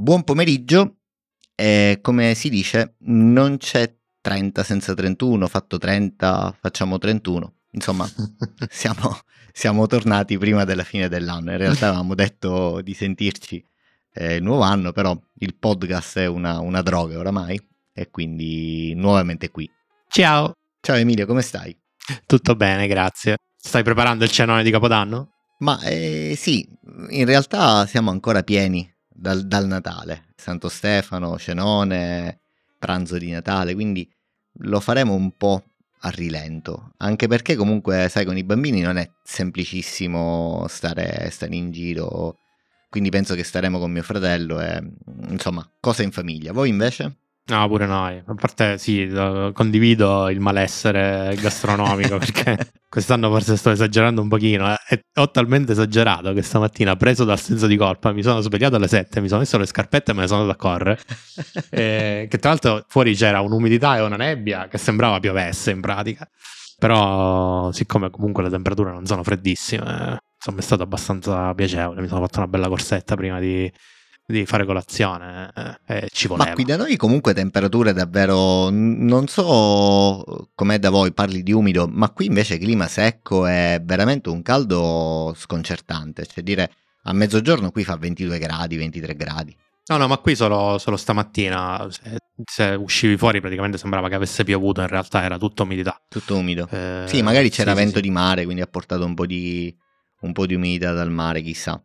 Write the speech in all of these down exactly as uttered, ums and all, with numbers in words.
Buon pomeriggio, e come si dice non c'è trenta senza trentuno, fatto trenta facciamo trentuno, insomma siamo, siamo tornati prima della fine dell'anno. In realtà avevamo detto di sentirci eh, il nuovo anno, però il podcast è una, una droga oramai e quindi nuovamente qui. Ciao! Ciao Emilio, come stai? Tutto bene, grazie. Stai preparando il cenone di Capodanno? Ma eh, sì, in realtà siamo ancora pieni dal, dal Natale, Santo Stefano, cenone, pranzo di Natale, quindi lo faremo un po' a rilento, anche perché comunque, sai, con i bambini non è semplicissimo stare, stare in giro, quindi penso che staremo con mio fratello e, insomma, cose in famiglia. Voi invece? No, pure noi. A parte, sì, lo- condivido il malessere gastronomico perché quest'anno forse sto esagerando un pochino. eh, e ho talmente esagerato che stamattina, preso dal senso di colpa, mi sono svegliato alle sette, mi sono messo le scarpette e me ne sono andato a correre. Eh, che tra l'altro fuori c'era un'umidità e una nebbia che sembrava piovesse in pratica. Però, siccome comunque le temperature non sono freddissime, insomma, è stato abbastanza piacevole. Mi sono fatto una bella corsetta prima di, di fare colazione eh, e ci voleva. Ma qui da noi comunque temperature davvero, n- non so com'è da voi, parli di umido, ma qui invece clima secco è veramente un caldo sconcertante, cioè dire a mezzogiorno qui fa ventidue gradi, ventitré gradi. No, no, ma qui solo, solo stamattina, se, se uscivi fuori praticamente sembrava che avesse piovuto, in realtà era tutta umidità. Tutto umido. Eh, Sì, magari c'era sì, sì, vento sì. di mare, quindi ha portato un po' di, un po' di umidità dal mare, chissà.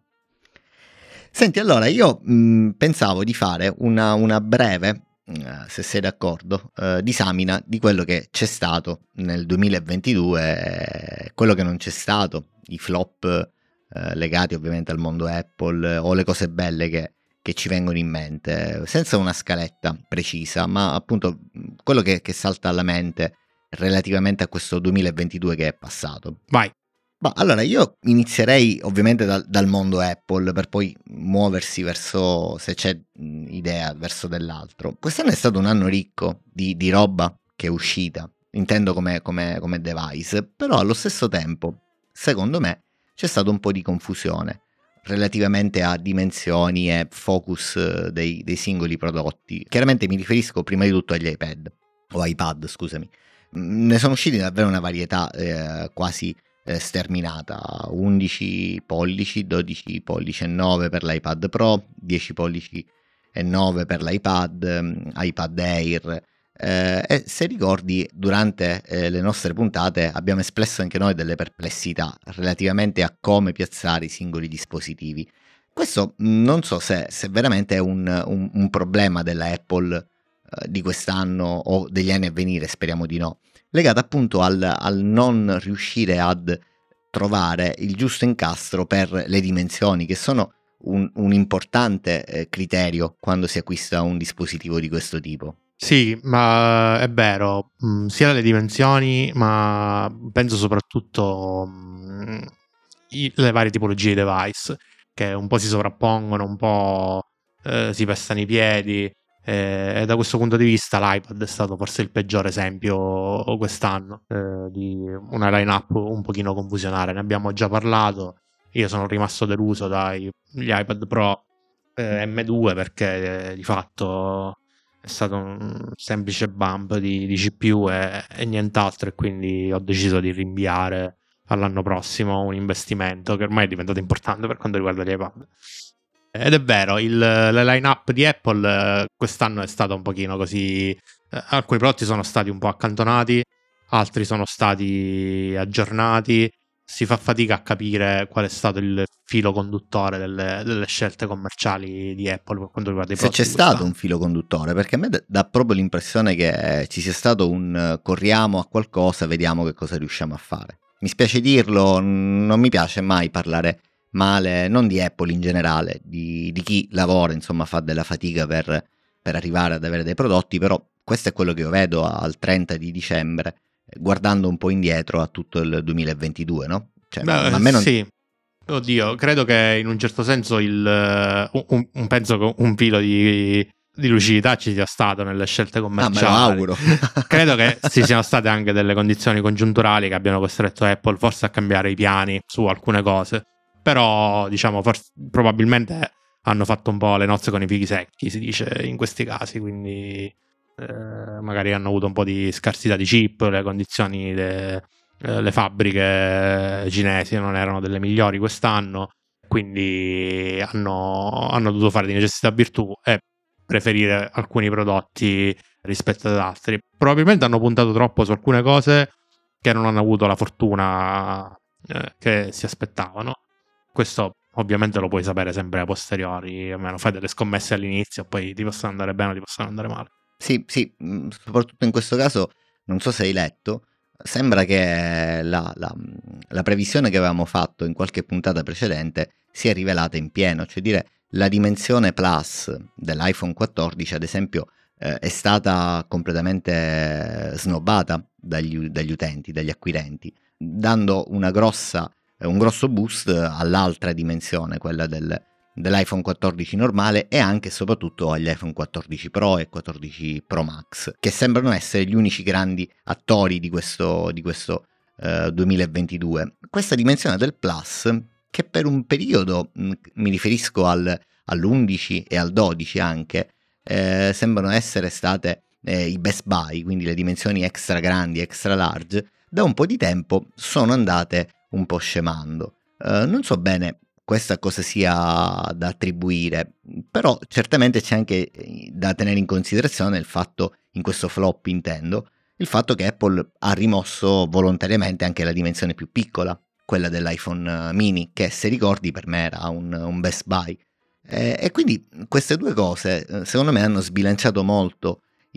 Senti, allora io mh, pensavo di fare una, una breve, eh, se sei d'accordo, eh, disamina di quello che c'è stato nel duemilaventidue, eh, quello che non c'è stato, i flop eh, legati ovviamente al mondo Apple eh, o le cose belle che, che ci vengono in mente, senza una scaletta precisa, ma appunto mh, quello che, che salta alla mente relativamente a questo duemilaventidue che è passato. Vai. Ma allora io inizierei ovviamente dal, dal mondo Apple per poi muoversi verso, se c'è mh, idea, verso dell'altro. Quest'anno è stato un anno ricco di, di roba che è uscita, intendo come, come, come device, però allo stesso tempo, secondo me, c'è stato un po' di confusione relativamente a dimensioni e focus eh, dei, dei singoli prodotti. Chiaramente mi riferisco prima di tutto agli iPad, o iPad, scusami. Mm, Ne sono usciti davvero una varietà eh, quasi eh, sterminata, undici pollici, dodici pollici e nove per l'iPad Pro, dieci pollici e nove per l'iPad, ehm, iPad Air, eh, e se ricordi durante eh, le nostre puntate abbiamo espresso anche noi delle perplessità relativamente a come piazzare i singoli dispositivi. Questo mh, non so se, se veramente è un, un- un problema della Apple eh, di quest'anno o degli anni a venire, speriamo di no, legato appunto al, al non riuscire ad trovare il giusto incastro per le dimensioni, che sono un, un importante eh, criterio quando si acquista un dispositivo di questo tipo. Sì, ma è vero, mh, sia le dimensioni, ma penso soprattutto mh, i- le varie tipologie di device, che un po' si sovrappongono, un po' eh, si pestano i piedi, eh, e da questo punto di vista l'iPad è stato forse il peggior esempio quest'anno eh, di una line-up un pochino confusionaria. Ne abbiamo già parlato, io sono rimasto deluso dagli iPad Pro eh, M due perché eh, di fatto è stato un semplice bump di, di C P U e, e nient'altro, e quindi ho deciso di rinviare all'anno prossimo un investimento che ormai è diventato importante per quanto riguarda gli iPad. Ed è vero, il, la line-up di Apple eh, quest'anno è stata un pochino così. eh, alcuni prodotti sono stati un po' accantonati, altri sono stati aggiornati. Si fa fatica a capire qual è stato il filo conduttore delle, delle scelte commerciali di Apple per quanto riguarda i Se prodotti c'è di stato quest'anno. un filo conduttore, perché a me d- dà proprio l'impressione che ci sia stato un eh, corriamo a qualcosa, vediamo che cosa riusciamo a fare. Mi spiace dirlo, n- non mi piace mai parlare male, non di Apple in generale, di, di chi lavora, insomma, fa della fatica per, per arrivare ad avere dei prodotti, però questo è quello che io vedo al trenta di dicembre, eh, guardando un po' indietro a tutto il duemilaventidue, no? Cioè, ma Beh, a me non... sì, oddio, credo che in un certo senso il, eh, un, un- penso che un filo di, di lucidità ci sia stato nelle scelte Ah, me lo commerciali. auguro. Credo che ci siano state anche delle condizioni congiunturali che abbiano costretto Apple forse a cambiare i piani su alcune cose. Però, diciamo, forse, probabilmente hanno fatto un po' le nozze con i fichi secchi, si dice in questi casi, quindi eh, magari hanno avuto un po' di scarsità di chip, le condizioni, de, eh, le fabbriche cinesi non erano delle migliori quest'anno, quindi hanno, hanno dovuto fare di necessità virtù e preferire alcuni prodotti rispetto ad altri. Probabilmente hanno puntato troppo su alcune cose che non hanno avuto la fortuna eh, che si aspettavano. Questo ovviamente lo puoi sapere sempre a posteriori, almeno fai delle scommesse all'inizio, poi ti possono andare bene o ti possono andare male. Sì, sì, mh, soprattutto in questo caso, non so se hai letto, sembra che la, la- la previsione che avevamo fatto in qualche puntata precedente sia rivelata in pieno, cioè dire la dimensione Plus dell'iPhone quattordici, ad esempio, eh, è stata completamente snobbata dagli, dagli utenti, dagli acquirenti, dando una grossa, eh, un grosso boost all'altra dimensione, quella del, dell'iPhone quattordici normale, e anche e soprattutto agli iPhone quattordici Pro e quattordici Pro Max, che sembrano essere gli unici grandi attori di questo, di questo eh, duemilaventidue. Questa dimensione del Plus, che per un periodo, mh, mi riferisco al, all'undici e al dodici anche, eh, sembrano essere state eh, i best buy, quindi le dimensioni extra grandi, extra large, da un po' di tempo sono andate un po' scemando. Eh, non so bene questa cosa sia da attribuire, però certamente c'è anche da tenere in considerazione il fatto, in questo flop intendo, il fatto che Apple ha rimosso volontariamente anche la dimensione più piccola, quella dell'iPhone mini, che se ricordi per me era un, un best buy. Eh, e quindi queste due cose secondo me hanno sbilanciato molto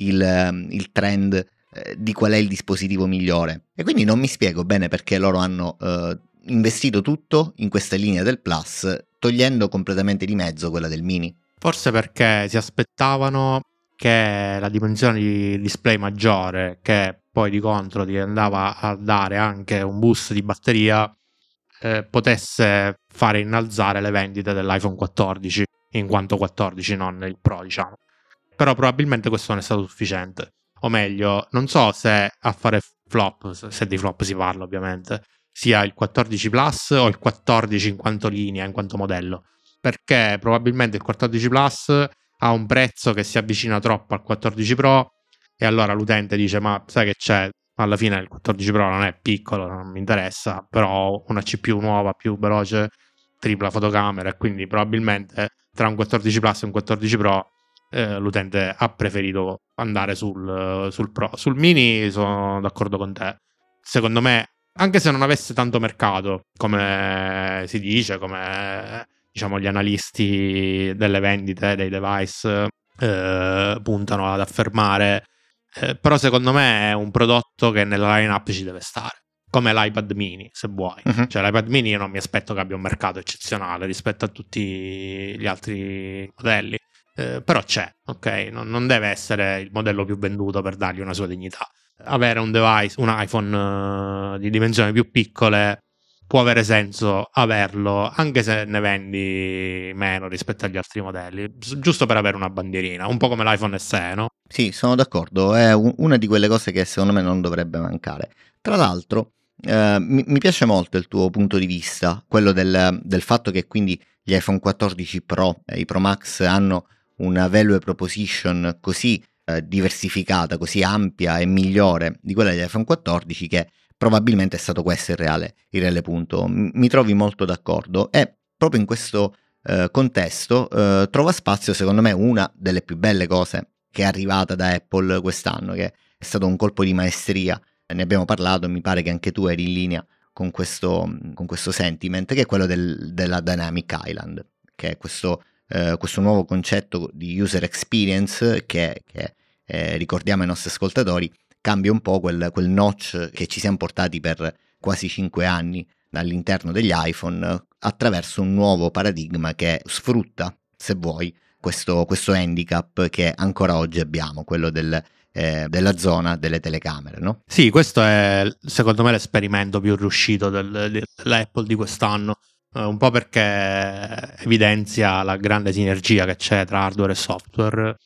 il, il trend eh, di qual è il dispositivo migliore, e quindi non mi spiego bene perché loro hanno eh, investito tutto in questa linea del Plus, togliendo completamente di mezzo quella del mini. Forse perché si aspettavano che la dimensione di display maggiore, che poi di contro ti andava a dare anche un boost di batteria, eh, potesse fare innalzare le vendite dell'iPhone quattordici, in quanto quattordici, non il Pro, diciamo. Però probabilmente questo non è stato sufficiente. O meglio, non so se a fare flop, se di flop si parla ovviamente, sia il quattordici Plus o il quattordici in quanto linea, in quanto modello. Perché probabilmente il quattordici Plus ha un prezzo che si avvicina troppo al quattordici Pro, e allora l'utente dice: ma sai che c'è, alla fine il quattordici Pro non è piccolo, non mi interessa, però ho una C P U nuova, più veloce, tripla fotocamera, e quindi probabilmente tra un quattordici Plus e un quattordici Pro eh, l'utente ha preferito andare sul, sul Pro. Sul mini sono d'accordo con te. Secondo me, anche se non avesse tanto mercato, come si dice, come diciamo gli analisti delle vendite dei device eh, puntano ad affermare, eh, però secondo me è un prodotto che nella line-up ci deve stare, come l'iPad mini, se vuoi. Uh-huh. Cioè l'iPad mini io non mi aspetto che abbia un mercato eccezionale rispetto a tutti gli altri modelli, eh, però c'è, ok? Non, non deve essere il modello più venduto per dargli una sua dignità. Avere un device, un iPhone uh, di dimensioni più piccole può avere senso averlo, anche se ne vendi meno rispetto agli altri modelli, giusto per avere una bandierina, un po' come l'iPhone S E, no? Sì, sono d'accordo, è un- una di quelle cose che secondo me non dovrebbe mancare. Tra l'altro, eh, mi, mi piace molto il tuo punto di vista, quello del, del fatto che quindi gli iPhone quattordici Pro e i Pro Max hanno una value proposition così eh, diversificata, così ampia e migliore di quella degli iPhone quattordici, che probabilmente è stato questo il reale, il reale punto. M- mi trovi molto d'accordo, e proprio in questo eh, contesto eh, trova spazio secondo me una delle più belle cose che è arrivata da Apple quest'anno, che è stato un colpo di maestria. Ne abbiamo parlato, mi pare che anche tu eri in linea con questo, con questo sentiment, che è quello del, della Dynamic Island, che è questo, eh, questo nuovo concetto di user experience che, che eh, ricordiamo ai nostri ascoltatori, cambia un po' quel, quel notch che ci siamo portati per quasi cinque anni all'interno degli iPhone, attraverso un nuovo paradigma che sfrutta, se vuoi, questo, questo handicap che ancora oggi abbiamo, quello del, eh, della zona delle telecamere, no? Sì, questo è secondo me l'esperimento più riuscito del, dell'Apple di quest'anno, eh, un po' perché evidenzia la grande sinergia che c'è tra hardware e software,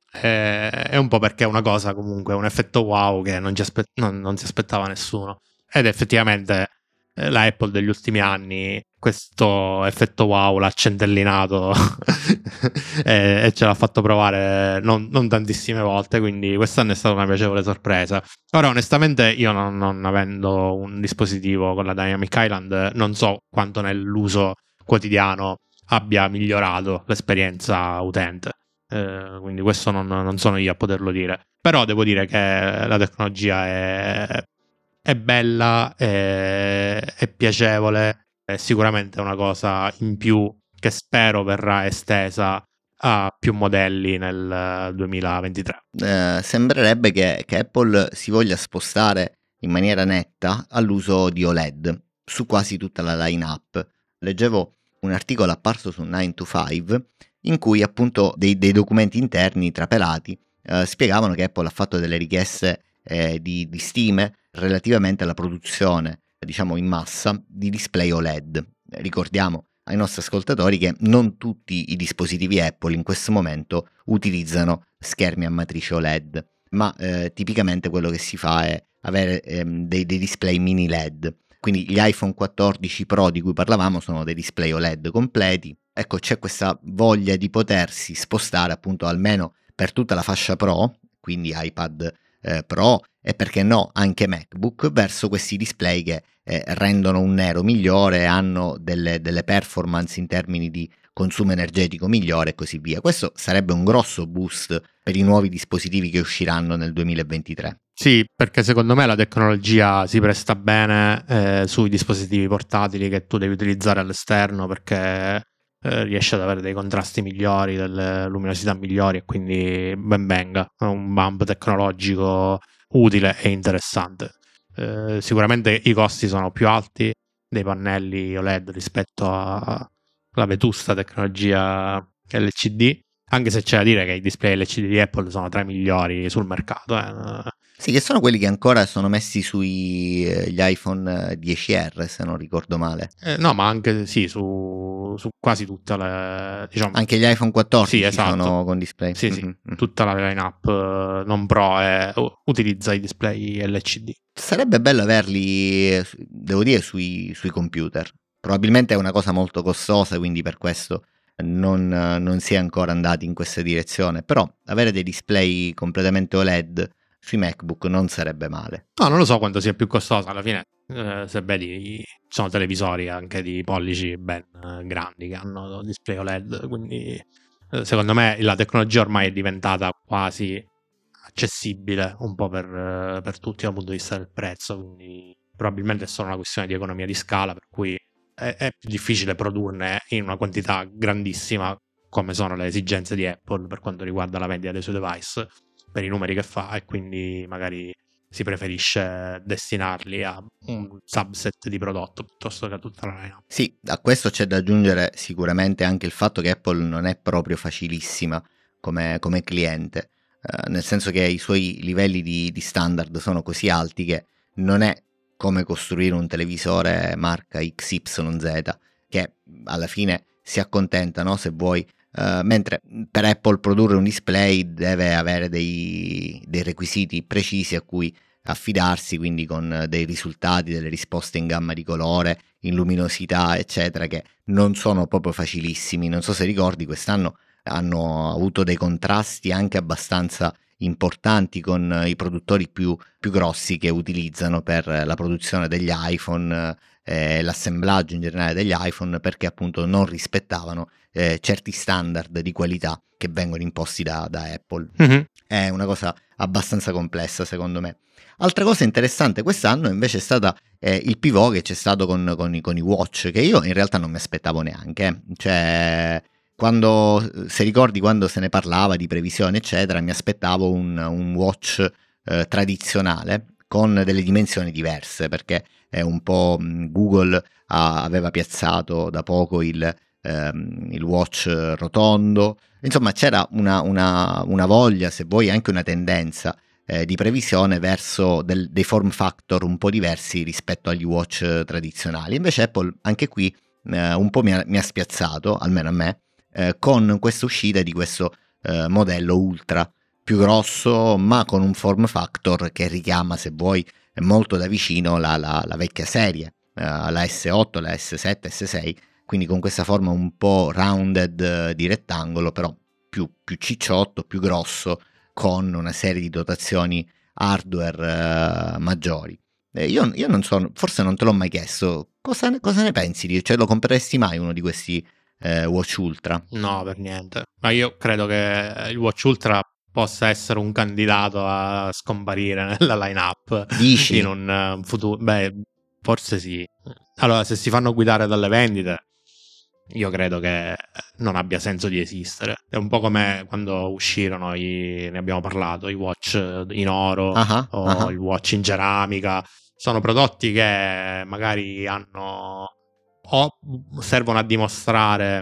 e un po' perché è una cosa, comunque un effetto wow che non, ci aspe- non, non si aspettava nessuno, ed effettivamente eh, la Apple degli ultimi anni questo effetto wow l'ha centellinato e, e ce l'ha fatto provare non, non tantissime volte, quindi quest'anno è stata una piacevole sorpresa. Ora onestamente io non, non avendo un dispositivo con la Dynamic Island non so quanto nell'uso quotidiano abbia migliorato l'esperienza utente, eh, quindi questo non, non sono io a poterlo dire, però devo dire che la tecnologia è, è bella, è, è piacevole, è sicuramente una cosa in più che spero verrà estesa a più modelli nel duemilaventitré. Eh, sembrerebbe che, che Apple si voglia spostare in maniera netta all'uso di O L E D su quasi tutta la line-up. Leggevo un articolo apparso su nine to five in cui appunto dei, dei documenti interni trapelati eh, spiegavano che Apple ha fatto delle richieste eh, di, di stime relativamente alla produzione, diciamo in massa, di display O L E D. Ricordiamo ai nostri ascoltatori che non tutti i dispositivi Apple in questo momento utilizzano schermi a matrice O L E D, ma eh, tipicamente quello che si fa è avere ehm, dei, dei display mini L E D. Quindi gli iPhone quattordici Pro di cui parlavamo sono dei display O L E D completi. Ecco, c'è questa voglia di potersi spostare appunto almeno per tutta la fascia Pro, quindi iPad eh, Pro e perché no anche MacBook, verso questi display che eh, rendono un nero migliore, hanno delle, delle performance in termini di consumo energetico migliore e così via. Questo sarebbe un grosso boost per i nuovi dispositivi che usciranno nel duemilaventitré. Sì, perché secondo me la tecnologia si presta bene eh, sui dispositivi portatili che tu devi utilizzare all'esterno, perché eh, riesci ad avere dei contrasti migliori, delle luminosità migliori, e quindi ben venga, è un bump tecnologico utile e interessante. Eh, sicuramente i costi sono più alti dei pannelli O L E D rispetto alla vetusta tecnologia L C D, anche se c'è da dire che i display L C D di Apple sono tra i migliori sul mercato. Eh. Sì, che sono quelli che ancora sono messi sugli eh, iPhone dieci R, se non ricordo male. Eh, no, ma anche sì, su, su quasi tutte le, diciamo, anche gli iPhone quattordici sì, esatto. sono con display. Sì, sì, mm-hmm. tutta la line-up uh, non Pro è, uh, utilizza i display L C D. Sarebbe bello averli, devo dire, sui, sui computer. Probabilmente è una cosa molto costosa, quindi per questo non, non si è ancora andati in questa direzione, però avere dei display completamente O L E D sui MacBook non sarebbe male. No, non lo so quanto sia più costosa alla fine. Eh, se vedi, ci sono televisori anche di pollici ben eh, grandi che hanno display O L E D, quindi eh, secondo me la tecnologia ormai è diventata quasi accessibile un po' per, eh, per tutti dal punto di vista del prezzo, quindi probabilmente è solo una questione di economia di scala, per cui è, è più difficile produrne in una quantità grandissima come sono le esigenze di Apple per quanto riguarda la vendita dei suoi device, per i numeri che fa, e quindi magari si preferisce destinarli a un subset di prodotto piuttosto che a tutta la linea. Sì, a questo c'è da aggiungere sicuramente anche il fatto che Apple non è proprio facilissima come, come cliente, eh, nel senso che i suoi livelli di, di standard sono così alti che non è come costruire un televisore marca X Y Z che alla fine si accontenta, no? Se vuoi. Uh, mentre per Apple produrre un display deve avere dei, dei requisiti precisi a cui affidarsi, quindi con dei risultati, delle risposte in gamma di colore, in luminosità, eccetera, che non sono proprio facilissimi. Non so se ricordi, quest'anno hanno avuto dei contrasti anche abbastanza importanti con i produttori più, più grossi che utilizzano per la produzione degli iPhone, eh, l'assemblaggio in generale degli iPhone, perché appunto non rispettavano eh, certi standard di qualità che vengono imposti da, da Apple. Mm-hmm. È una cosa abbastanza complessa secondo me. Altra cosa interessante quest'anno invece è stata eh, il pivot che c'è stato con, con, i, con i watch, che io in realtà non mi aspettavo neanche. Cioè, quando, se ricordi quando se ne parlava di previsioni eccetera, mi aspettavo un, un watch eh, tradizionale con delle dimensioni diverse, perché è un po' Google ha, aveva piazzato da poco il, ehm, il watch rotondo. Insomma, c'era una, una, una voglia, se vuoi anche una tendenza eh, di previsione verso del, dei form factor un po' diversi rispetto agli watch tradizionali. Invece Apple anche qui eh, un po' mi ha, mi ha spiazzato, almeno a me, eh, con questa uscita di questo eh, modello ultra, più grosso, ma con un form factor che richiama, se vuoi, molto da vicino la, la, la vecchia serie uh, la S otto, la S sette, S sei, quindi con questa forma un po' rounded uh, di rettangolo, però più, più cicciotto, più grosso, con una serie di dotazioni hardware uh, maggiori. Eh, io, io non so, forse non te l'ho mai chiesto, cosa ne, cosa ne pensi? Di, cioè, lo compreresti mai uno di questi eh, Watch Ultra? No, per niente. Ma io credo che il Watch Ultra possa essere un candidato a scomparire nella line-up. Dici? In un uh, futuro. Beh, forse sì. Allora, se si fanno guidare dalle vendite, io credo che non abbia senso di esistere. È un po' come quando uscirono i, ne abbiamo parlato, i watch in oro uh-huh, o uh-huh. il watch in ceramica. Sono prodotti che magari hanno o servono a dimostrare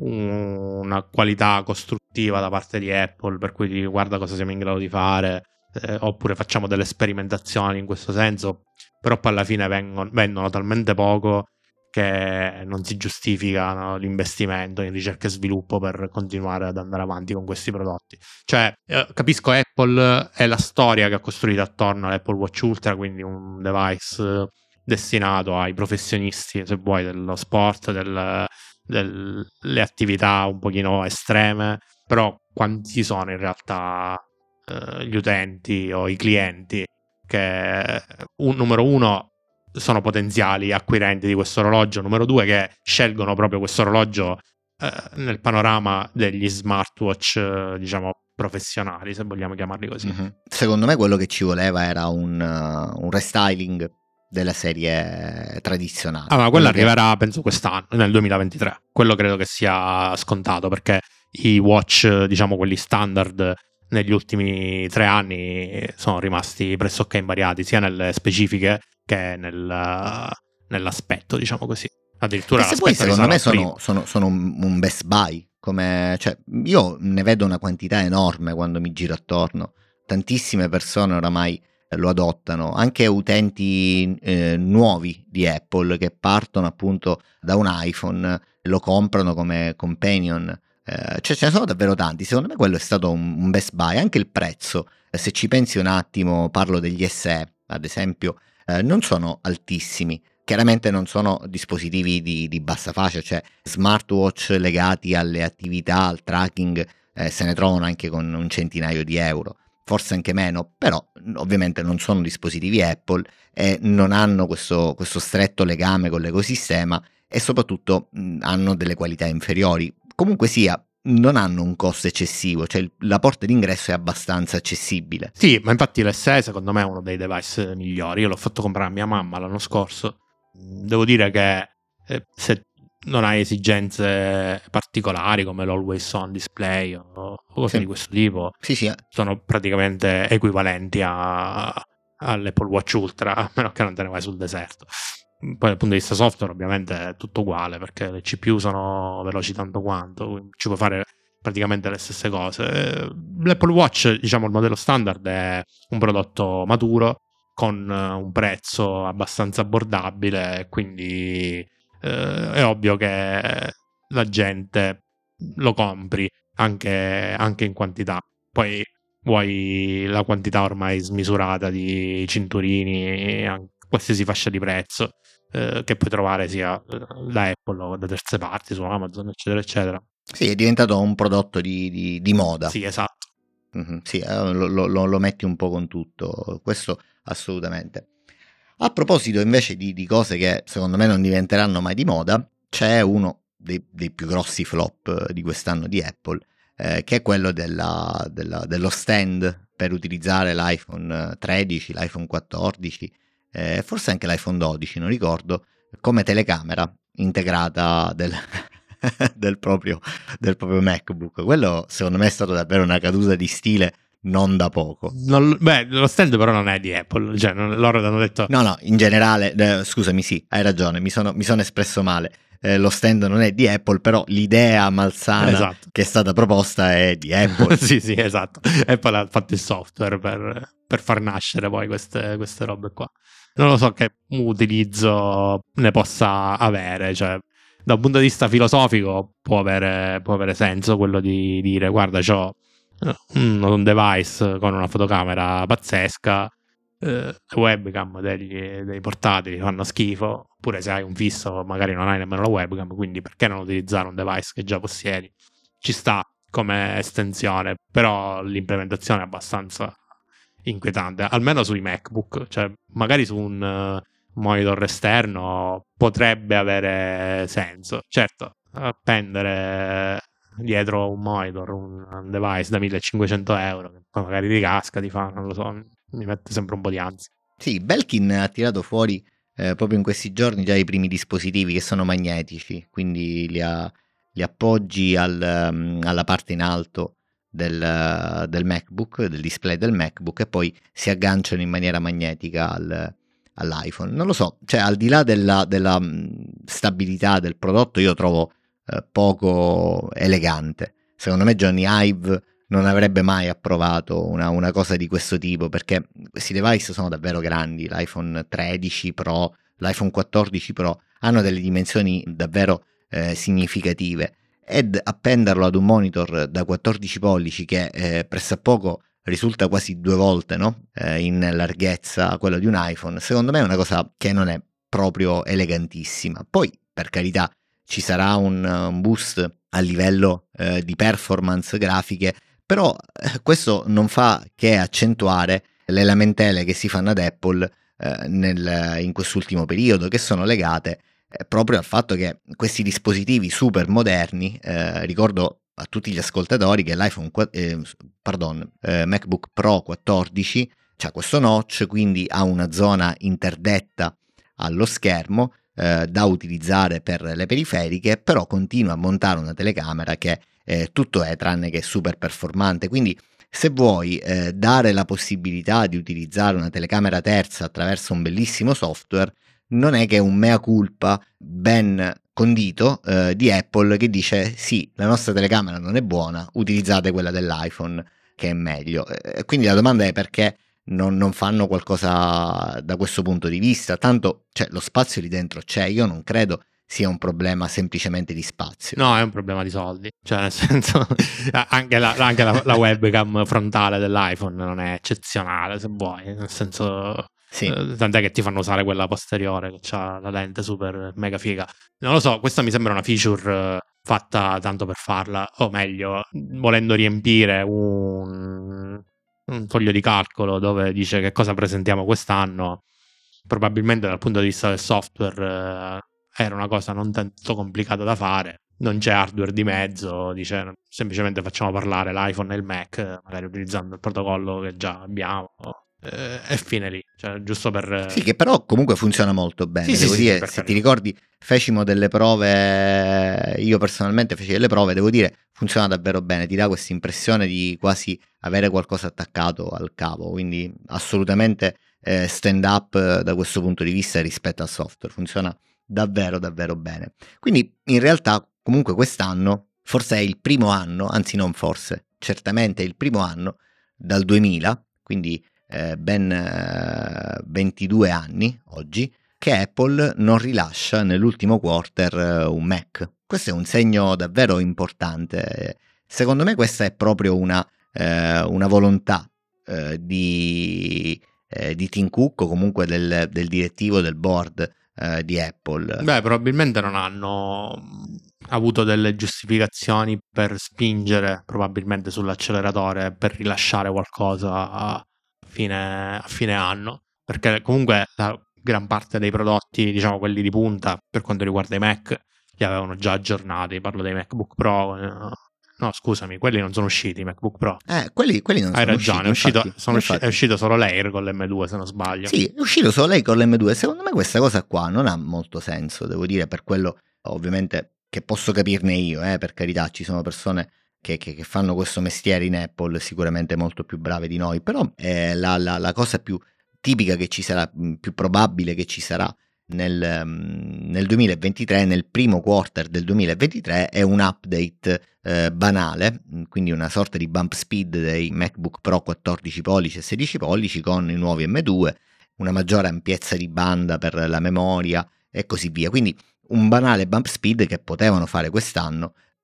una qualità costruttiva da parte di Apple, per cui guarda cosa siamo in grado di fare, eh, oppure facciamo delle sperimentazioni in questo senso, però poi alla fine vengono, vendono talmente poco che non si giustifica l'investimento in ricerca e sviluppo per continuare ad andare avanti con questi prodotti. Cioè, eh, capisco Apple è la storia che ha costruito attorno all'Apple Watch Ultra, quindi un device destinato ai professionisti, se vuoi, dello sport, del, delle attività un pochino estreme, però quanti sono in realtà eh, gli utenti o i clienti che, un, numero uno, sono potenziali acquirenti di questo orologio, numero due che scelgono proprio questo orologio eh, nel panorama degli smartwatch eh, diciamo professionali, se vogliamo chiamarli così. Mm-hmm. Secondo me quello che ci voleva era un, uh, un restyling della serie tradizionale. Ah, ma quella arriverà che... penso quest'anno, nel duemilaventitré. Quello credo che sia scontato, perché i watch, diciamo quelli standard, negli ultimi tre anni sono rimasti pressoché invariati, sia nelle specifiche che nel, nell'aspetto, diciamo così. Addirittura e se poi secondo me sono, sono, sono un best buy, come, cioè, io ne vedo una quantità enorme quando mi giro attorno, tantissime persone oramai lo adottano, anche utenti eh, nuovi di Apple che partono appunto da un iPhone, lo comprano come companion, eh, cioè ce ne sono davvero tanti. Secondo me quello è stato un, un best buy, anche il prezzo, eh, se ci pensi un attimo, parlo degli S E ad esempio, eh, non sono altissimi. Chiaramente non sono dispositivi di, di bassa fascia, cioè smartwatch legati alle attività, al tracking, eh, se ne trovano anche con un centinaio di euro, forse anche meno, però ovviamente non sono dispositivi Apple e non hanno questo, questo stretto legame con l'ecosistema e soprattutto mh, hanno delle qualità inferiori. Comunque sia, non hanno un costo eccessivo, cioè il, la porta d'ingresso è abbastanza accessibile. Sì, ma infatti l'S E secondo me è uno dei device migliori. Io l'ho fatto comprare a mia mamma l'anno scorso. Devo dire che eh, se non hai esigenze particolari come l'always on display o cose sì. di questo tipo, sì, sì. sono praticamente equivalenti a, all'Apple Watch Ultra, a meno che non te ne vai sul deserto. Poi dal punto di vista software ovviamente è tutto uguale, perché le C P U sono veloci tanto quanto, ci puoi fare praticamente le stesse cose. L'Apple Watch, diciamo il modello standard, è un prodotto maturo con un prezzo abbastanza abbordabile, quindi eh, è ovvio che la gente lo compri anche, anche in quantità. Poi vuoi la quantità ormai smisurata di cinturini, qualsiasi fascia di prezzo eh, che puoi trovare sia da Apple o da terze parti su Amazon, eccetera eccetera. Sì, è diventato un prodotto di, di, di moda. Sì, esatto. Mm-hmm, sì, lo, lo, lo metti un po' con tutto, questo assolutamente. A proposito invece di, di cose che secondo me non diventeranno mai di moda, c'è uno dei, dei più grossi flop di quest'anno di Apple, eh, che è quello della, della, dello stand per utilizzare l'iPhone tredici, l'iPhone quattordici, eh, forse anche l'iPhone dodici, non ricordo, come telecamera integrata del... del, proprio, del proprio MacBook. Quello secondo me è stato davvero una caduta di stile non da poco. Non, beh, lo stand però non è di Apple, cioè non, loro hanno detto... No, no, in generale, eh, scusami, sì, hai ragione, mi sono, mi sono espresso male. Eh, lo stand non è di Apple, però l'idea malsana esatto. che è stata proposta è di Apple. Sì, sì, esatto. Apple ha fatto il software per, per far nascere poi queste, queste robe qua. Non lo so che utilizzo ne possa avere, cioè... Da un punto di vista filosofico può avere, può avere senso quello di dire guarda c'ho un, un device con una fotocamera pazzesca, le webcam degli, dei portatili fanno schifo, oppure se hai un fisso magari non hai nemmeno la webcam, quindi perché non utilizzare un device che già possiedi? Ci sta come estensione, però l'implementazione è abbastanza inquietante, almeno sui MacBook, cioè magari su un uh, monitor esterno potrebbe avere senso. Certo, appendere dietro un monitor un, un device da millecinquecento euro, che poi magari ti casca, ti fa, non lo so, mi mette sempre un po' di ansia. Sì, Belkin ha tirato fuori eh, proprio in questi giorni già i primi dispositivi che sono magnetici, quindi li, ha, li appoggi al, um, alla parte in alto del, uh, del MacBook, del display del MacBook, e poi si agganciano in maniera magnetica al, all'iPhone. Non lo so, cioè al di là della, della mh, stabilità del prodotto, io trovo eh, poco elegante. Secondo me Johnny Ive non avrebbe mai approvato una, una cosa di questo tipo, perché questi device sono davvero grandi. L'iPhone tredici Pro, l'iPhone quattordici Pro hanno delle dimensioni davvero eh, significative, ed appenderlo ad un monitor da quattordici pollici che eh, pressappoco risulta quasi due volte, no? eh, in larghezza quello di un iPhone, secondo me è una cosa che non è proprio elegantissima. Poi, per carità, ci sarà un, un boost a livello eh, di performance grafiche, però eh, questo non fa che accentuare le lamentele che si fanno ad Apple eh, nel, in quest'ultimo periodo, che sono legate eh, proprio al fatto che questi dispositivi super moderni, eh, ricordo a tutti gli ascoltatori che l'iPhone eh, pardon, eh, MacBook Pro quattordici c'ha questo notch, quindi ha una zona interdetta allo schermo eh, da utilizzare per le periferiche, però continua a montare una telecamera che eh, tutto è tranne che super performante. Quindi se vuoi eh, dare la possibilità di utilizzare una telecamera terza attraverso un bellissimo software, non è che un mea culpa ben condito eh, di Apple che dice sì, la nostra telecamera non è buona, utilizzate quella dell'iPhone che è meglio. E quindi la domanda è perché non, non fanno qualcosa da questo punto di vista. Tanto cioè, lo spazio lì dentro c'è, io non credo sia un problema semplicemente di spazio. No, è un problema di soldi, cioè nel senso anche, la, anche la, la webcam frontale dell'iPhone non è eccezionale, se vuoi, nel senso sì. eh, tant'è che ti fanno usare quella posteriore che ha la lente super mega figa. Non lo so, questa mi sembra una feature fatta tanto per farla, o meglio, volendo riempire un, un foglio di calcolo dove dice che cosa presentiamo quest'anno, probabilmente dal punto di vista del software eh, era una cosa non tanto complicata da fare, non c'è hardware di mezzo, dice semplicemente facciamo parlare l'iPhone e il Mac, magari utilizzando il protocollo che già abbiamo, eh, e fine lì, cioè giusto per... Sì, che però comunque funziona molto bene, sì, devo sì, dire, sì, se ti ricordi fecimo delle prove, io personalmente feci delle prove, devo dire funziona davvero bene, ti dà questa impressione di quasi avere qualcosa attaccato al cavo, quindi assolutamente eh, stand up da questo punto di vista rispetto al software, funziona davvero davvero bene. Quindi in realtà comunque quest'anno forse è il primo anno, anzi non forse, certamente è il primo anno dal duemila, quindi eh, ben eh, ventidue anni oggi, che Apple non rilascia nell'ultimo quarter eh, un Mac. Questo è un segno davvero importante. Secondo me questa è proprio una, eh, una volontà eh, di, eh, di Tim Cook o comunque del, del direttivo del board Uh, di Apple. Beh, probabilmente non hanno avuto delle giustificazioni per spingere probabilmente sull'acceleratore per rilasciare qualcosa a fine, a fine anno, perché comunque la gran parte dei prodotti, diciamo quelli di punta per quanto riguarda i Mac, li avevano già aggiornati. Parlo dei MacBook Pro. Eh, no, scusami, quelli non sono usciti, i MacBook Pro. Eh, quelli, quelli non Hai sono ragione, usciti. è, uscito, infatti, sono infatti. Usci- è uscito solo l'Air con l'M due, se non sbaglio. Sì, è uscito solo lei con l'M due. Secondo me questa cosa qua non ha molto senso, devo dire, per quello ovviamente che posso capirne io, eh, per carità, ci sono persone che, che, che fanno questo mestiere in Apple sicuramente molto più brave di noi, però eh, la, la, la cosa più tipica che ci sarà, più probabile che ci sarà nel, nel duemilaventitré, nel primo quarter del duemilaventitré, è un update eh, banale, quindi una sorta di bump speed dei MacBook Pro quattordici pollici e sedici pollici con i nuovi M due, una maggiore ampiezza di banda per la memoria e così via. Quindi un banale bump speed che potevano fare quest'anno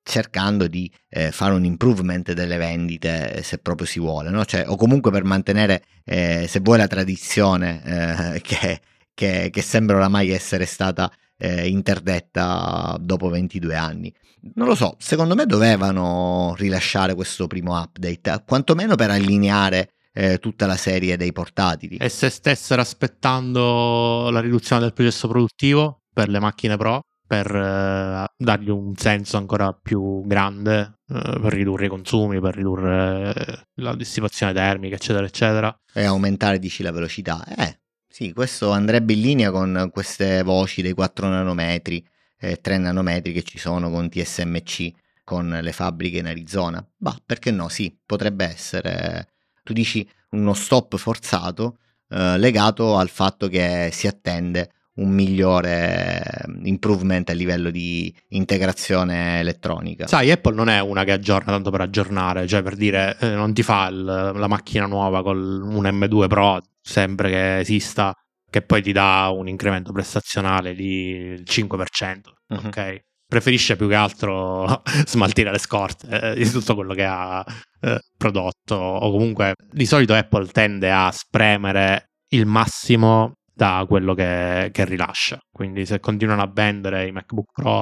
cercando di eh, fare un improvement delle vendite, se proprio si vuole, no? Cioè, o comunque per mantenere, eh, se vuoi, la tradizione eh, che, che, che sembra oramai essere stata eh, interdetta dopo ventidue anni. Non lo so, secondo me dovevano rilasciare questo primo update, quantomeno per allineare eh, tutta la serie dei portatili. E se stessero aspettando la riduzione del processo produttivo per le macchine Pro, per eh, dargli un senso ancora più grande, eh, per ridurre i consumi, per ridurre eh, la dissipazione termica, eccetera, eccetera. E aumentare, dici, la velocità. Eh, sì, questo andrebbe in linea con queste voci dei quattro nanometri, eh, tre nanometri che ci sono con T S M C, con le fabbriche in Arizona. Bah, perché no? Sì, potrebbe essere, tu dici, uno stop forzato eh, legato al fatto che si attende un migliore improvement a livello di integrazione elettronica. Sai, Apple non è una che aggiorna tanto per aggiornare, cioè per dire eh, non ti fa il, la macchina nuova con un M due Pro sempre che esista, che poi ti dà un incremento prestazionale di cinque per cento, uh-huh. Ok? Preferisce più che altro smaltire le scorte eh, di tutto quello che ha eh, prodotto, o comunque di solito Apple tende a spremere il massimo da quello che, che rilascia, quindi se continuano a vendere i MacBook Pro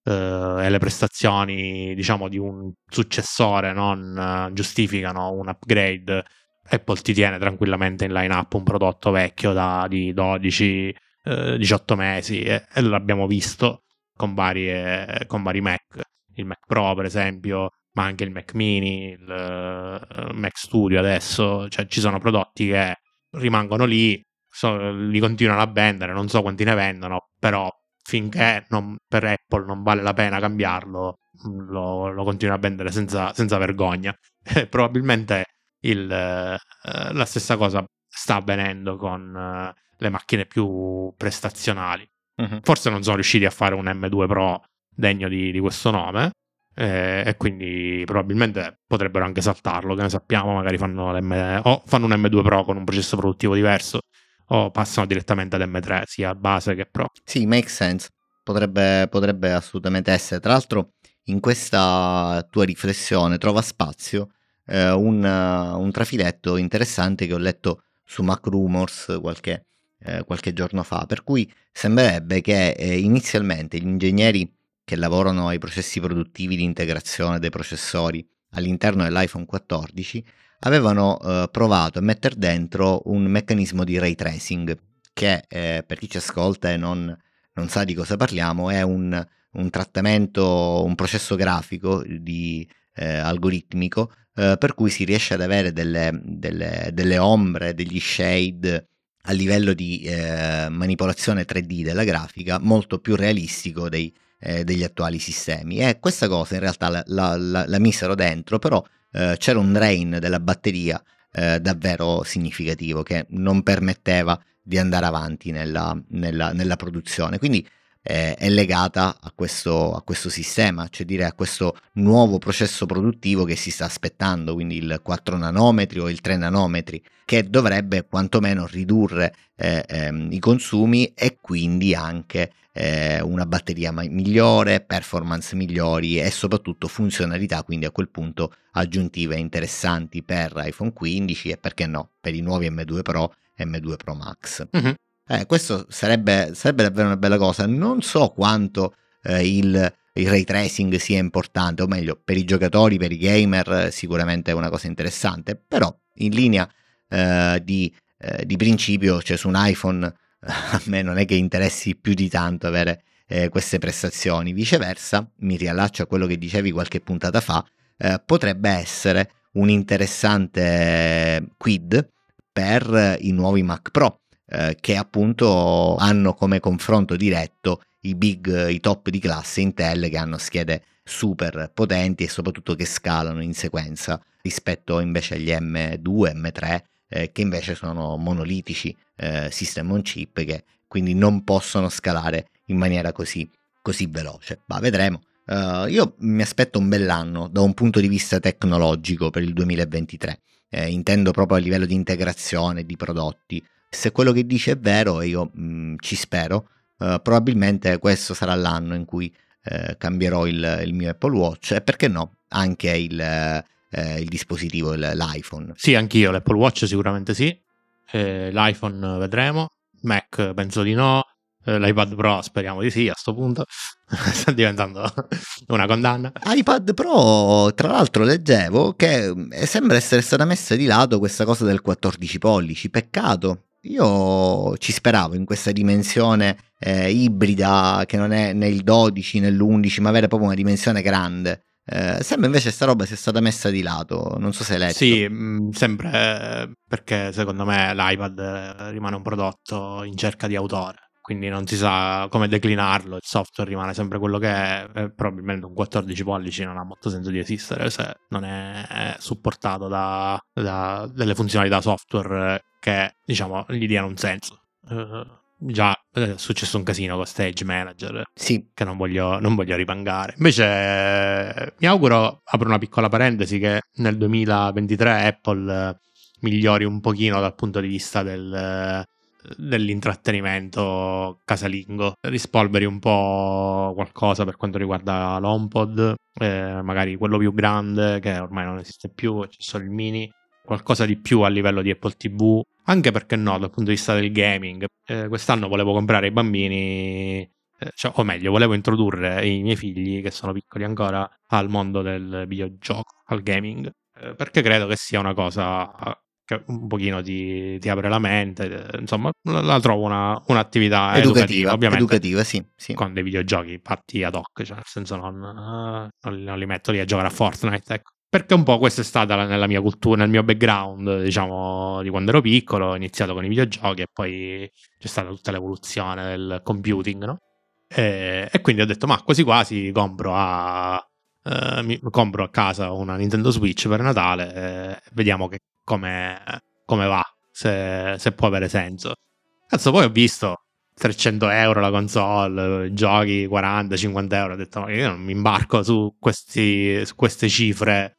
eh, e le prestazioni, diciamo, di un successore non uh, giustificano un upgrade, Apple ti tiene tranquillamente in line-up un prodotto vecchio da, di dodici diciotto mesi e, e l'abbiamo visto con, varie, con vari Mac, il Mac Pro per esempio, ma anche il Mac Mini, il uh, Mac Studio adesso, cioè ci sono prodotti che rimangono lì, so, li continuano a vendere, non so quanti ne vendono, però finché non, per Apple non vale la pena cambiarlo, lo, lo continua a vendere senza, senza vergogna. Probabilmente il, uh, la stessa cosa sta avvenendo con uh, le macchine più prestazionali. Uh-huh. Forse non sono riusciti a fare un M due Pro degno di, di questo nome, eh, e quindi probabilmente potrebbero anche saltarlo, che ne sappiamo, magari fanno, l'M, o fanno un M due Pro con un processo produttivo diverso o passano direttamente ad M tre, sia base che Pro. Sì, make sense, potrebbe, potrebbe assolutamente essere. Tra l'altro in questa tua riflessione trova spazio eh, un, un trafiletto interessante che ho letto su Mac Rumors qualche, eh, qualche giorno fa, per cui sembrerebbe che eh, inizialmente gli ingegneri che lavorano ai processi produttivi di integrazione dei processori all'interno dell'iPhone quattordici avevano eh, provato a mettere dentro un meccanismo di ray tracing che eh, per chi ci ascolta e non, non sa di cosa parliamo è un, un trattamento, un processo grafico di, eh, algoritmico eh, per cui si riesce ad avere delle, delle, delle ombre, degli shade a livello di eh, manipolazione tre D della grafica molto più realistico dei, eh, degli attuali sistemi, e questa cosa in realtà la, la, la, la misero dentro, però eh, c'era un drain della batteria eh, davvero significativo che non permetteva di andare avanti nella, nella, nella produzione, quindi eh, è legata a questo, a questo sistema, cioè dire a questo nuovo processo produttivo che si sta aspettando, quindi il quattro nanometri o il tre nanometri, che dovrebbe quantomeno ridurre eh, ehm, i consumi e quindi anche eh, una batteria ma- migliore, performance migliori e soprattutto funzionalità, quindi a quel punto aggiuntive interessanti per iPhone quindici e perché no, per i nuovi M due Pro e M due Pro Max. Mm-hmm. Eh, questo sarebbe, sarebbe davvero una bella cosa. Non so quanto eh, il, il ray tracing sia importante, o meglio, per i giocatori, per i gamer eh, sicuramente è una cosa interessante, però in linea eh, di, eh, di principio, cioè su un iPhone eh, a me non è che interessi più di tanto avere eh, queste prestazioni. Viceversa, mi riallaccio a quello che dicevi qualche puntata fa, eh, potrebbe essere un interessante quid per i nuovi Mac Pro, Eh, che appunto hanno come confronto diretto i big, i top di classe Intel, che hanno schede super potenti e soprattutto che scalano in sequenza rispetto invece agli M due, M tre eh, che invece sono monolitici, eh, system on chip, che quindi non possono scalare in maniera così, così veloce. Ma vedremo. Uh, io mi aspetto un bell'anno da un punto di vista tecnologico per il duemilaventitré, eh, intendo proprio a livello di integrazione di prodotti. Se quello che dice è vero, e io mh, ci spero, uh, probabilmente questo sarà l'anno in cui eh, cambierò il, il mio Apple Watch e perché no anche il, eh, il dispositivo, il, l'iPhone. Sì, anch'io, l'Apple Watch sicuramente sì, eh, l'iPhone vedremo, Mac penso di no, eh, l'iPad Pro speriamo di sì a sto punto, sta diventando una condanna. iPad Pro, tra l'altro leggevo che sembra essere stata messa di lato questa cosa del quattordici pollici, peccato. Io ci speravo in questa dimensione eh, ibrida che non è né il dodici né l'undici, ma avere proprio una dimensione grande. Eh, sembra invece sta roba sia stata messa di lato, non so se hai letto. Sì, mh, sempre eh, perché secondo me l'iPad eh, rimane un prodotto in cerca di autore, quindi non si sa come declinarlo, il software rimane sempre quello che è, e probabilmente un quattordici pollici non ha molto senso di esistere se non è supportato da, da delle funzionalità software che diciamo gli diano un senso. Uh, già è successo un casino con Stage Manager, sì, che non voglio, non voglio ripangare. Invece eh, mi auguro, apro una piccola parentesi, che nel duemilaventitré Apple eh, migliori un pochino dal punto di vista del, eh, dell'intrattenimento casalingo, rispolveri un po' qualcosa per quanto riguarda l'HomePod, eh, magari quello più grande che ormai non esiste più, c'è solo il mini, qualcosa di più a livello di Apple ti vu, anche perché no dal punto di vista del gaming. Eh, quest'anno volevo comprare ai bambini, eh, cioè, o meglio volevo introdurre i miei figli che sono piccoli ancora al mondo del videogioco, al gaming, eh, perché credo che sia una cosa che un pochino ti, ti apre la mente, eh, insomma la, la trovo una, un'attività educativa, educativa, ovviamente educativa, sì, sì. con dei videogiochi fatti ad hoc, cioè nel senso non, uh, non, non li metto lì a giocare a Fortnite, ecco. Perché un po' questa è stata la, nella mia cultura, nel mio background, diciamo, di quando ero piccolo, ho iniziato con i videogiochi e poi c'è stata tutta l'evoluzione del computing, no? E, e quindi ho detto, ma quasi quasi compro a, eh, mi, compro a casa una Nintendo Switch per Natale e vediamo che come, come va, se, se può avere senso. Cazzo, poi ho visto trecento euro la console, giochi quaranta cinquanta euro, ho detto, ma io non mi imbarco su, questi, su queste cifre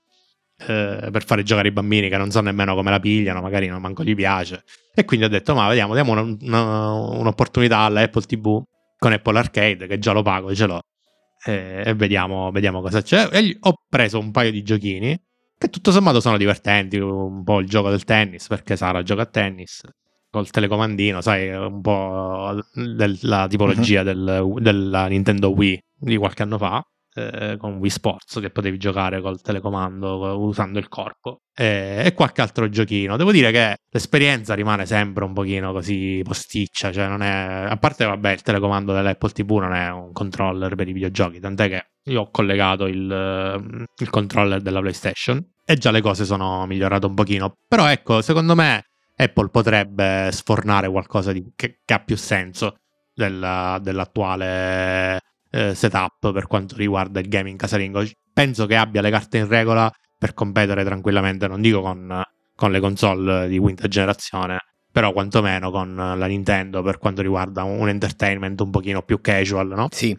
eh, per fare giocare i bambini che non so nemmeno come la pigliano, magari non manco gli piace. E quindi ho detto, ma vediamo, diamo una, una, un'opportunità alla Apple ti vu con Apple Arcade, che già lo pago, ce l'ho, e, e vediamo, vediamo cosa c'è. E gli, ho preso un paio di giochini che tutto sommato sono divertenti, un po' il gioco del tennis, perché Sara gioca a tennis col telecomandino, sai, un po' della tipologia uh-huh. del, della Nintendo Wii di qualche anno fa, eh, con Wii Sports, che potevi giocare col telecomando usando il corpo, e, e qualche altro giochino. Devo dire che l'esperienza rimane sempre un pochino così posticcia, cioè non è, a parte vabbè il telecomando dell'Apple ti vu non è un controller per i videogiochi, tant'è che io ho collegato il, il controller della PlayStation e già le cose sono migliorate un pochino, però ecco, secondo me Apple potrebbe sfornare qualcosa di, che, che ha più senso della, dell'attuale eh, setup per quanto riguarda il gaming casalingo. Penso che abbia le carte in regola per competere tranquillamente, non dico con, con le console di quinta generazione, però quantomeno con la Nintendo per quanto riguarda un, un entertainment un pochino più casual, no? Sì.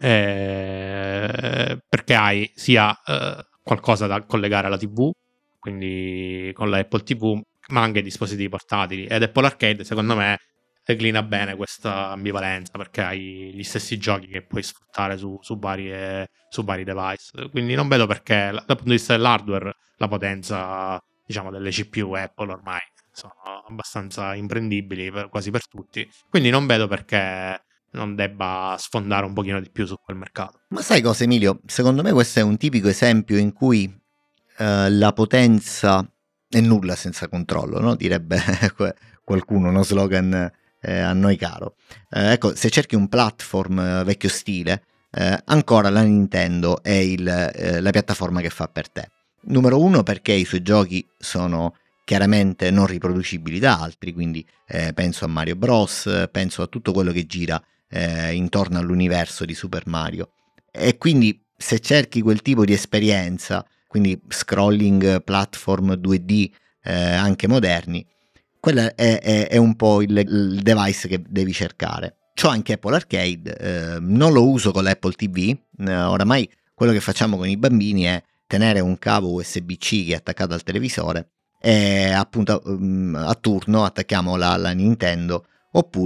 Eh, perché hai sia eh, qualcosa da collegare alla ti vu, quindi con la Apple ti vu, ma anche dispositivi portatili, ed Apple Arcade secondo me declina bene questa ambivalenza perché hai gli stessi giochi che puoi sfruttare su, su, varie, su vari device, quindi non vedo perché dal punto di vista dell'hardware la potenza diciamo delle C P U Apple ormai sono abbastanza imprendibili per, quasi per tutti, quindi non vedo perché non debba sfondare un pochino di più su quel mercato. Ma sai cosa, Emilio? Secondo me questo è un tipico esempio in cui uh, la potenza è nulla senza controllo, no? Direbbe qualcuno, uno slogan eh, a noi caro. Eh, ecco, se cerchi un platform eh, vecchio stile, eh, ancora la Nintendo è il, eh, la piattaforma che fa per te. Numero uno perché i suoi giochi sono chiaramente non riproducibili da altri, quindi eh, penso a Mario Bros, penso a tutto quello che gira eh, intorno all'universo di Super Mario. E quindi se cerchi quel tipo di esperienza, quindi scrolling platform due D eh, anche moderni, quello è, è, è un po' il, il device che devi cercare. C'ho anche Apple Arcade, eh, non lo uso con l'Apple ti vu, eh, oramai quello che facciamo con i bambini è tenere un cavo U S B C che è attaccato al televisore e appunto um, a turno attacchiamo la, la Nintendo oppure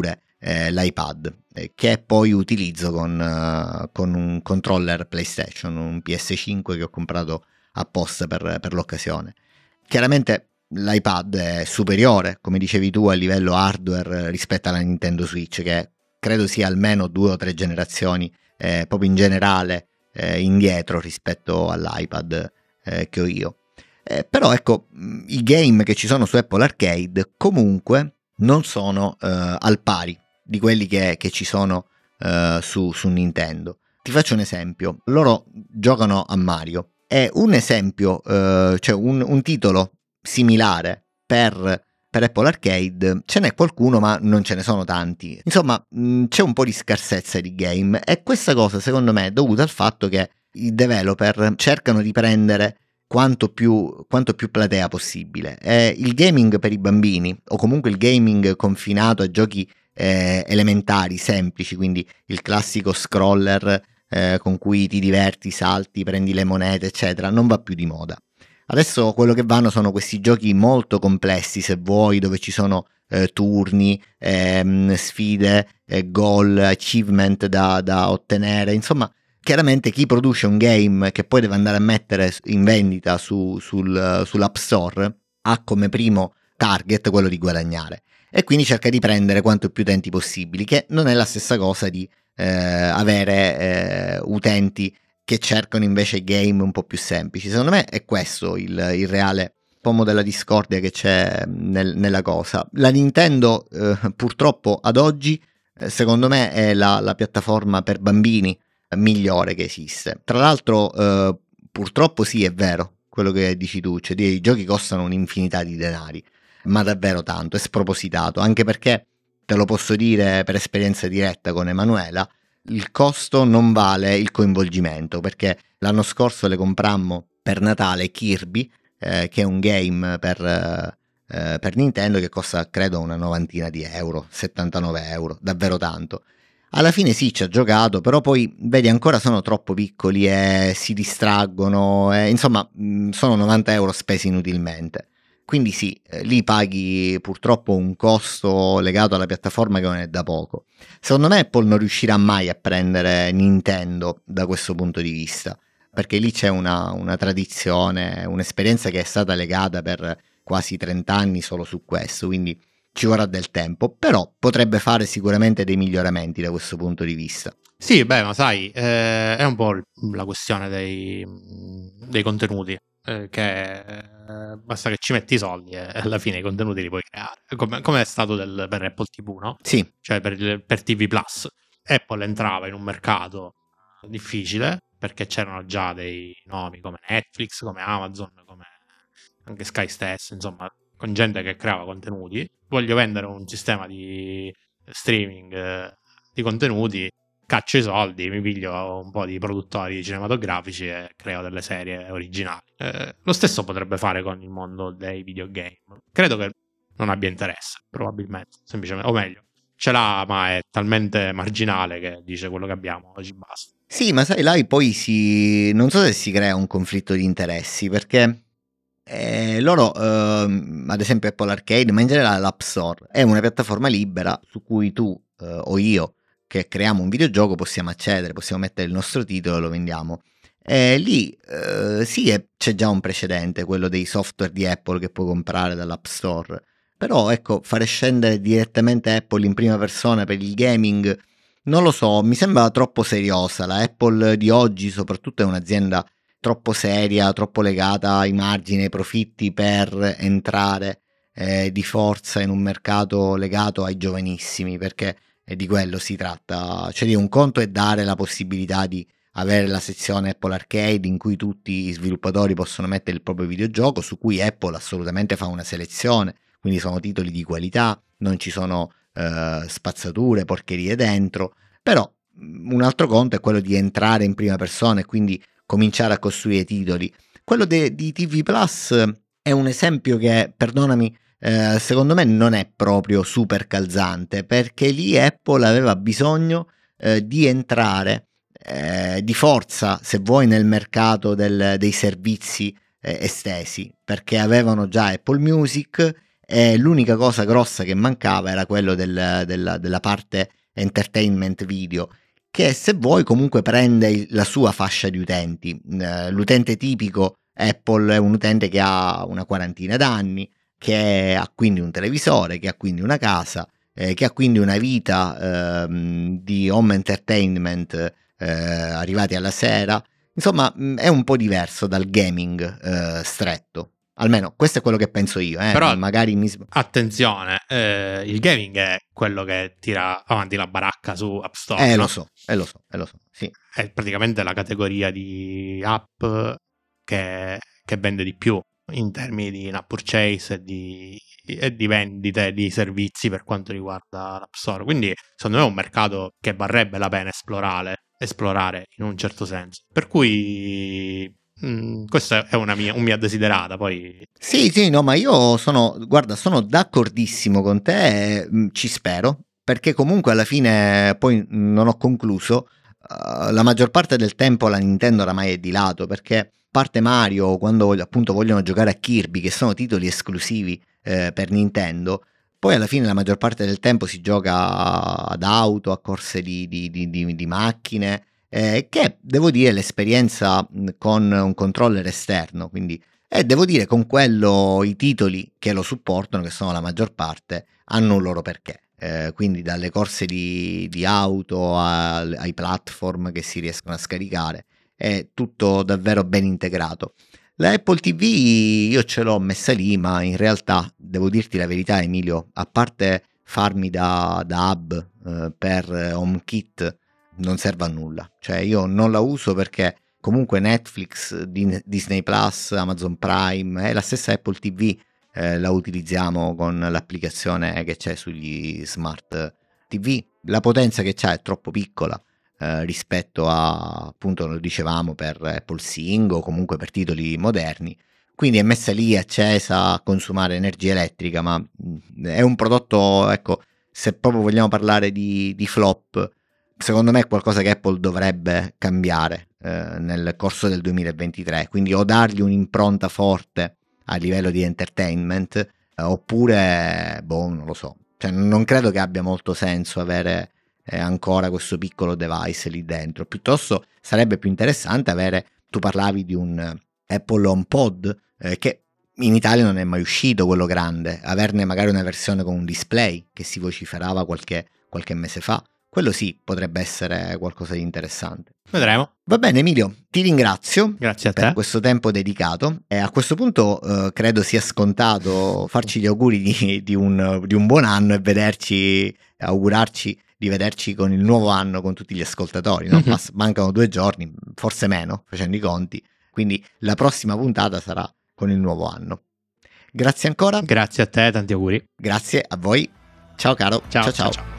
eh, l'iPad, eh, che poi utilizzo con, uh, con un controller PlayStation, un P S cinque che ho comprato apposta per, per l'occasione. Chiaramente l'iPad è superiore, come dicevi tu, a livello hardware rispetto alla Nintendo Switch, che credo sia almeno due o tre generazioni eh, proprio in generale eh, indietro rispetto all'iPad eh, che ho io. Eh, però ecco, i game che ci sono su Apple Arcade comunque non sono eh, al pari di quelli che, che ci sono eh, su, su Nintendo. Ti faccio un esempio: loro giocano a Mario, e un esempio, eh, cioè un, un titolo similare per, per Apple Arcade ce n'è qualcuno, ma non ce ne sono tanti. Insomma, mh, c'è un po' di scarsezza di game, e questa cosa secondo me è dovuta al fatto che i developer cercano di prendere quanto più, quanto più platea possibile. Eh, il gaming per i bambini, o comunque il gaming confinato a giochi eh, elementari, semplici, quindi il classico scroller eh, con cui ti diverti, salti, prendi le monete, eccetera, non va più di moda. Adesso quello che vanno sono questi giochi molto complessi, se vuoi, dove ci sono eh, turni, ehm, sfide, eh, goal, achievement da, da ottenere. Insomma, chiaramente chi produce un game che poi deve andare a mettere in vendita su, sul, sull'App Store ha come primo target quello di guadagnare, e quindi cerca di prendere quanto più utenti possibili, che non è la stessa cosa di eh, avere eh, utenti che cercano invece game un po' più semplici. Secondo me è questo il, il reale pomo della discordia che c'è nel, nella cosa. La Nintendo eh, purtroppo ad oggi eh, secondo me è la, la piattaforma per bambini migliore che esiste. Tra l'altro eh, purtroppo sì, è vero quello che dici tu, cioè i giochi costano un'infinità di denari, ma davvero tanto, è spropositato, anche perché, te lo posso dire per esperienza diretta con Emanuela, il costo non vale il coinvolgimento, perché l'anno scorso le comprammo per Natale Kirby, eh, che è un game per, eh, per Nintendo che costa credo una novantina di euro, settantanove euro, davvero tanto. Alla fine sì, ci ha giocato, però poi vedi ancora sono troppo piccoli e si distraggono, e, insomma mh, sono novanta euro spesi inutilmente. Quindi sì, eh, lì paghi purtroppo un costo legato alla piattaforma che non è da poco. Secondo me Apple non riuscirà mai a prendere Nintendo da questo punto di vista, perché lì c'è una, una tradizione, un'esperienza che è stata legata per quasi trenta anni solo su questo, quindi ci vorrà del tempo, però potrebbe fare sicuramente dei miglioramenti da questo punto di vista. Sì, beh, ma sai, eh, è un po' la questione dei, dei contenuti, eh, che eh, basta che ci metti i soldi e alla fine i contenuti li puoi creare, come, come è stato del, per Apple ti vu, no? Sì. Cioè per, per T V Plus. Apple entrava in un mercato difficile, perché c'erano già dei nomi come Netflix, come Amazon, come anche Sky stesso, insomma, con gente che creava contenuti. Voglio vendere un sistema di streaming eh, di contenuti, caccio i soldi, mi piglio un po' di produttori cinematografici e creo delle serie originali. Eh, lo stesso potrebbe fare con il mondo dei videogame. Credo che non abbia interesse, probabilmente, semplicemente, o meglio, ce l'ha, ma è talmente marginale che dice quello che abbiamo, oggi basta. Sì, ma sai, là poi si... non so se si crea un conflitto di interessi, perché eh, loro, eh, ad esempio Apple Arcade, ma in generale l'App Store, è una piattaforma libera su cui tu eh, o io che creiamo un videogioco possiamo accedere, possiamo mettere il nostro titolo e lo vendiamo. E lì eh, sì, è, c'è già un precedente, quello dei software di Apple che puoi comprare dall'App Store, però ecco, fare scendere direttamente Apple in prima persona per il gaming, non lo so, mi sembra troppo seriosa. La Apple di oggi soprattutto è un'azienda troppo seria, troppo legata ai margini, ai profitti per entrare eh, di forza in un mercato legato ai giovanissimi, perché eh, di quello si tratta. Cioè, di un conto è dare la possibilità di avere la sezione Apple Arcade in cui tutti i sviluppatori possono mettere il proprio videogioco, su cui Apple assolutamente fa una selezione, quindi sono titoli di qualità, non ci sono eh, spazzature, porcherie dentro. Però un altro conto è quello di entrare in prima persona e quindi cominciare a costruire titoli. Quello de, di T V Plus è un esempio che, perdonami, eh, secondo me non è proprio super calzante, perché lì Apple aveva bisogno eh, di entrare eh, di forza, se vuoi, nel mercato del, dei servizi eh, estesi, perché avevano già Apple Music e l'unica cosa grossa che mancava era quello del, della, della parte entertainment video, che se vuoi comunque prende la sua fascia di utenti. Eh, l'utente tipico Apple è un utente che ha una quarantina d'anni, che ha quindi un televisore, che ha quindi una casa, eh, che ha quindi una vita ehm, di home entertainment eh, arrivati alla sera. Insomma, mh, è un po' diverso dal gaming eh, stretto. Almeno questo è quello che penso io, eh. Però magari mi... attenzione, eh, il gaming è quello che tira avanti la baracca su App Store. Eh, no? lo so, eh, lo so, eh, lo so, sì. È praticamente la categoria di app che, che vende di più in termini di in-app purchase e di, e di vendite di servizi per quanto riguarda l'App Store. Quindi secondo me è un mercato che varrebbe la pena esplorare, esplorare in un certo senso. Per cui mh, questa è una mia, un mia desiderata. Poi Sì, sì, no, ma io sono, guarda, sono d'accordissimo con te, e, mh, ci spero, perché comunque alla fine poi mh, non ho concluso. Uh, la maggior parte del tempo la Nintendo oramai è di lato, perché a parte Mario, quando voglio- appunto vogliono giocare a Kirby, che sono titoli esclusivi eh, per Nintendo, poi alla fine la maggior parte del tempo si gioca ad auto, a corse di, di- di- di- di macchine, eh, che devo dire l'esperienza mh, con un controller esterno, quindi e devo dire con quello i titoli che lo supportano, che sono la maggior parte, hanno un loro perché. Eh, quindi dalle corse di, di auto a- ai platform che si riescono a scaricare, è tutto davvero ben integrato. La Apple ti vu io ce l'ho messa lì, ma in realtà devo dirti la verità, Emilio, a parte farmi da, da hub eh, per HomeKit, non serve a nulla. Cioè io non la uso perché comunque Netflix, Din- Disney Plus, Amazon Prime e la stessa Apple ti vu eh, la utilizziamo con l'applicazione che c'è sugli smart ti vu. La potenza che c'ha è troppo piccola eh, rispetto a, appunto, lo dicevamo, per Apple Sync o comunque per titoli moderni. Quindi è messa lì accesa a consumare energia elettrica, ma mh, è un prodotto, ecco, se proprio vogliamo parlare di, di flop, secondo me è qualcosa che Apple dovrebbe cambiare eh, nel corso del duemilaventitré, quindi o dargli un'impronta forte a livello di entertainment eh, oppure, boh, non lo so, cioè, non credo che abbia molto senso avere eh, ancora questo piccolo device lì dentro. Piuttosto sarebbe più interessante avere, tu parlavi di un eh, Apple HomePod eh, che in Italia non è mai uscito, quello grande, averne magari una versione con un display che si vociferava qualche, qualche mese fa. Quello sì, potrebbe essere qualcosa di interessante. vedremo. Va bene Emilio, ti ringrazio Grazie a per te. questo tempo dedicato e a questo punto eh, credo sia scontato farci gli auguri di, di, un, di un buon anno e vederci, augurarci di vederci con il nuovo anno con tutti gli ascoltatori, no? Pass- mancano due giorni, forse meno, facendo i conti, quindi la prossima puntata sarà con il nuovo anno. Grazie ancora. Grazie a te, tanti auguri. Grazie a voi. Ciao caro. Ciao, ciao. ciao. ciao. ciao.